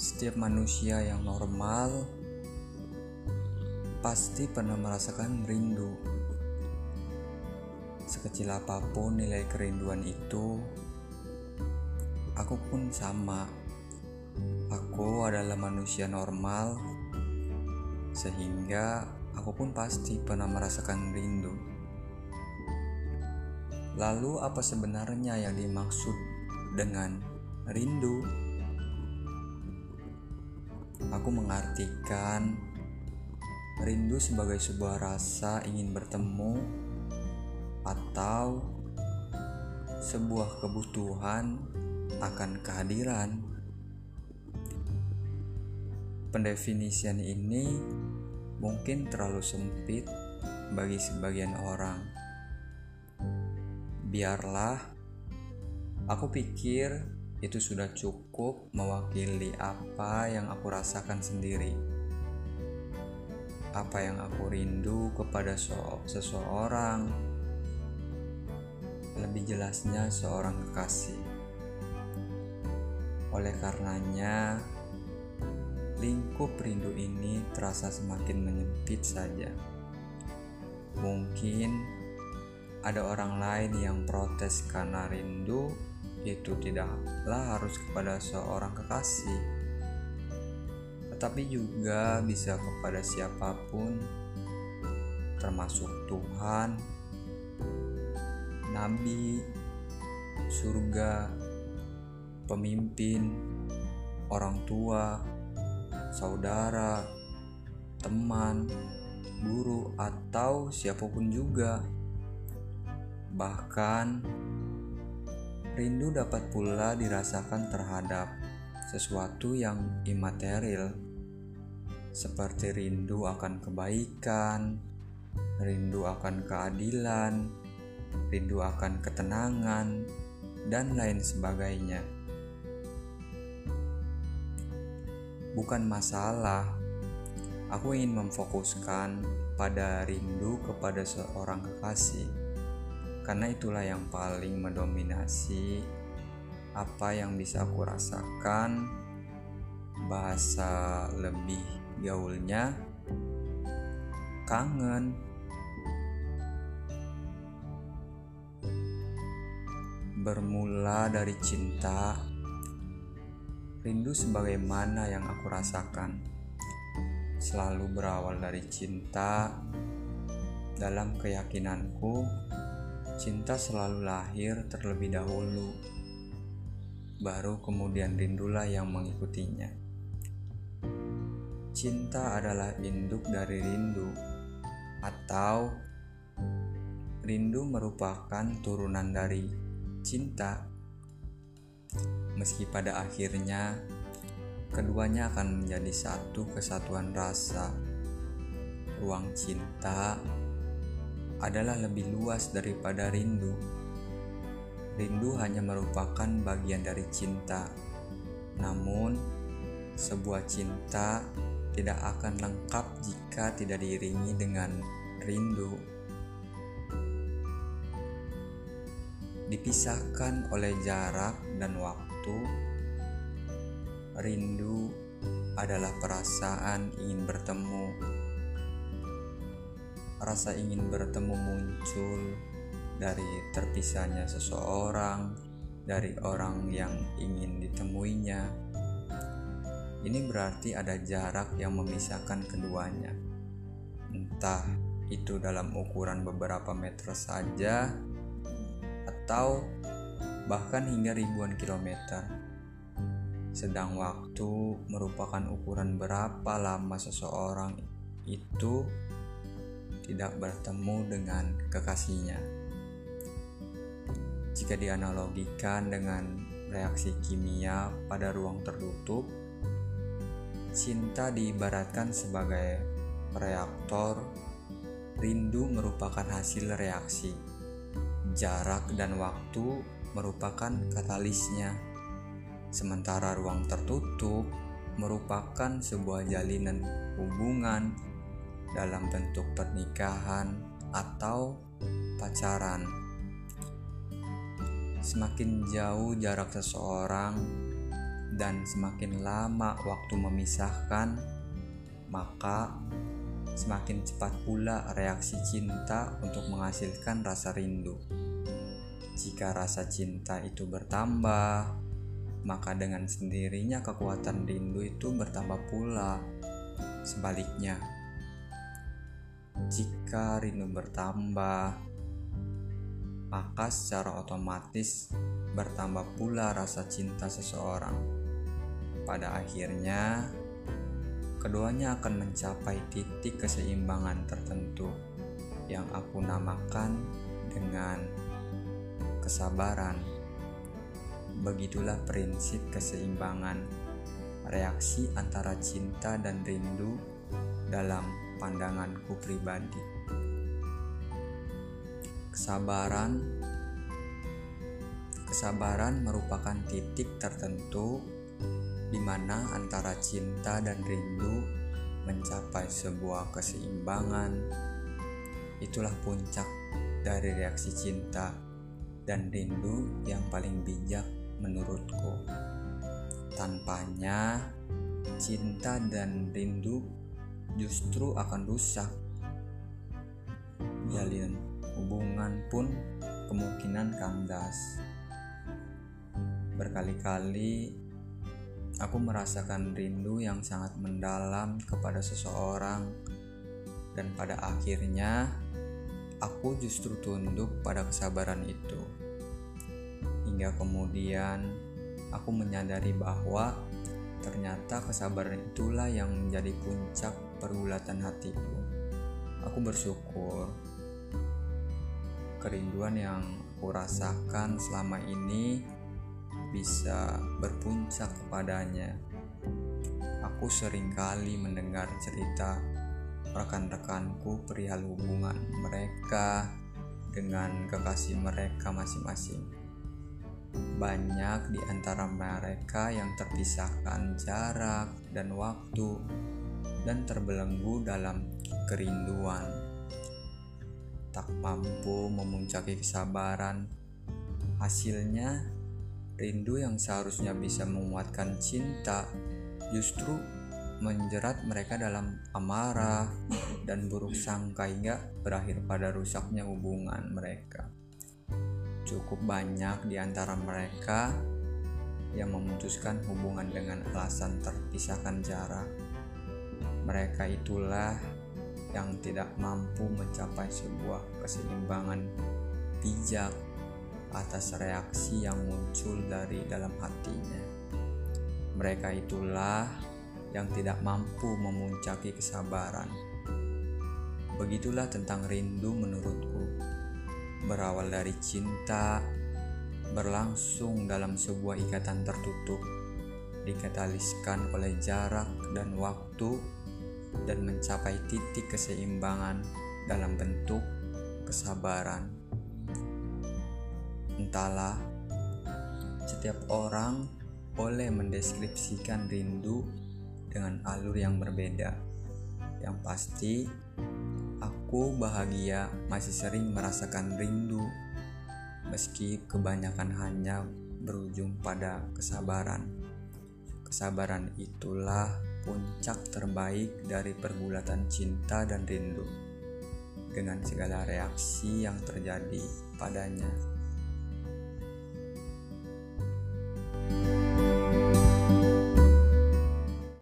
Setiap manusia yang normal pasti pernah merasakan rindu. Sekecil apapun nilai kerinduan itu, aku pun sama. Aku adalah manusia normal, sehingga aku pun pasti pernah merasakan rindu. Lalu apa sebenarnya yang dimaksud dengan rindu? Aku mengartikan rindu sebagai sebuah rasa ingin bertemu atau sebuah kebutuhan akan kehadiran. Pendefinisian ini mungkin terlalu sempit bagi sebagian orang. Biarlah, aku pikir itu sudah cukup mewakili apa yang aku rasakan sendiri. Apa yang aku rindu kepada seseorang, lebih jelasnya seorang kekasih. Oleh karenanya, lingkup rindu ini terasa semakin menyempit saja. Mungkin ada orang lain yang protes karena rindu itu tidaklah harus kepada seorang kekasih, tetapi juga bisa kepada siapapun, termasuk Tuhan, nabi, surga, pemimpin, orang tua, saudara, teman, guru, atau siapapun juga. Bahkan rindu dapat pula dirasakan terhadap sesuatu yang imaterial, seperti rindu akan kebaikan, rindu akan keadilan, rindu akan ketenangan, dan lain sebagainya. Bukan masalah, aku ingin memfokuskan pada rindu kepada seorang kekasih, karena itulah yang paling mendominasi apa yang bisa aku rasakan. Bahasa lebih gaulnya kangen. Bermula dari cinta, rindu sebagaimana yang aku rasakan selalu berawal dari cinta. Dalam keyakinanku, cinta selalu lahir terlebih dahulu, baru kemudian rindulah yang mengikutinya. Cinta adalah induk dari rindu, atau rindu merupakan turunan dari cinta. Meski pada akhirnya keduanya akan menjadi satu kesatuan rasa. Ruang cinta adalah lebih luas daripada rindu. Rindu hanya merupakan bagian dari cinta. Namun, sebuah cinta tidak akan lengkap jika tidak diiringi dengan rindu. Dipisahkan oleh jarak dan waktu, rindu adalah perasaan ingin bertemu. Rasa ingin bertemu muncul dari terpisahnya seseorang dari orang yang ingin ditemuinya. Ini berarti ada jarak yang memisahkan keduanya. Entah itu dalam ukuran beberapa meter saja, atau bahkan hingga ribuan kilometer. Sedang waktu merupakan ukuran berapa lama seseorang itu tidak bertemu dengan kekasihnya. Jika dianalogikan dengan reaksi kimia pada ruang tertutup, cinta diibaratkan sebagai reaktor, rindu merupakan hasil reaksi, jarak dan waktu merupakan katalisnya, sementara ruang tertutup merupakan sebuah jalinan hubungan dalam bentuk pernikahan atau pacaran. Semakin jauh jarak seseorang dan semakin lama waktu memisahkan, maka semakin cepat pula reaksi cinta untuk menghasilkan rasa rindu. Jika rasa cinta itu bertambah, maka dengan sendirinya kekuatan rindu itu bertambah pula. Sebaliknya, jika rindu bertambah, maka secara otomatis bertambah pula rasa cinta seseorang. Pada akhirnya, keduanya akan mencapai titik keseimbangan tertentu yang aku namakan dengan kesabaran. Begitulah prinsip keseimbangan reaksi antara cinta dan rindu dalam pandanganku pribadi. Kesabaran merupakan titik tertentu di mana antara cinta dan rindu mencapai sebuah keseimbangan. Itulah puncak dari reaksi cinta dan rindu yang paling bijak menurutku. Tanpanya, cinta dan rindu justru akan rusak. Jalin hubungan pun kemungkinan kandas. Berkali-kali aku merasakan rindu yang sangat mendalam kepada seseorang, dan pada akhirnya aku justru tunduk pada kesabaran itu. Hingga kemudian aku menyadari bahwa ternyata kesabaran itulah yang menjadi puncak pergulatan hatiku. Aku bersyukur kerinduan yang aku rasakan selama ini bisa berpuncak kepadanya. Aku seringkali mendengar cerita rekan-rekanku perihal hubungan mereka dengan kekasih mereka masing-masing. Banyak di antara mereka yang terpisahkan jarak dan waktu dan terbelenggu dalam kerinduan, tak mampu memuncaki kesabaran. Hasilnya, rindu yang seharusnya bisa menguatkan cinta justru menjerat mereka dalam amarah dan buruk sangka hingga berakhir pada rusaknya hubungan mereka. Cukup banyak di antara mereka yang memutuskan hubungan dengan alasan terpisahkan jarak. Mereka itulah yang tidak mampu mencapai sebuah keseimbangan bijak atas reaksi yang muncul dari dalam hatinya. Mereka itulah yang tidak mampu memuncaki kesabaran. Begitulah tentang rindu menurutku. Berawal dari cinta, berlangsung dalam sebuah ikatan tertutup, dikataliskan oleh jarak dan waktu, dan mencapai titik keseimbangan dalam bentuk kesabaran. Entahlah, setiap orang boleh mendeskripsikan rindu dengan alur yang berbeda. Yang pasti, aku bahagia masih sering merasakan rindu, meski kebanyakan hanya berujung pada kesabaran. Kesabaran itulah puncak terbaik dari pergulatan cinta dan rindu, dengan segala reaksi yang terjadi padanya.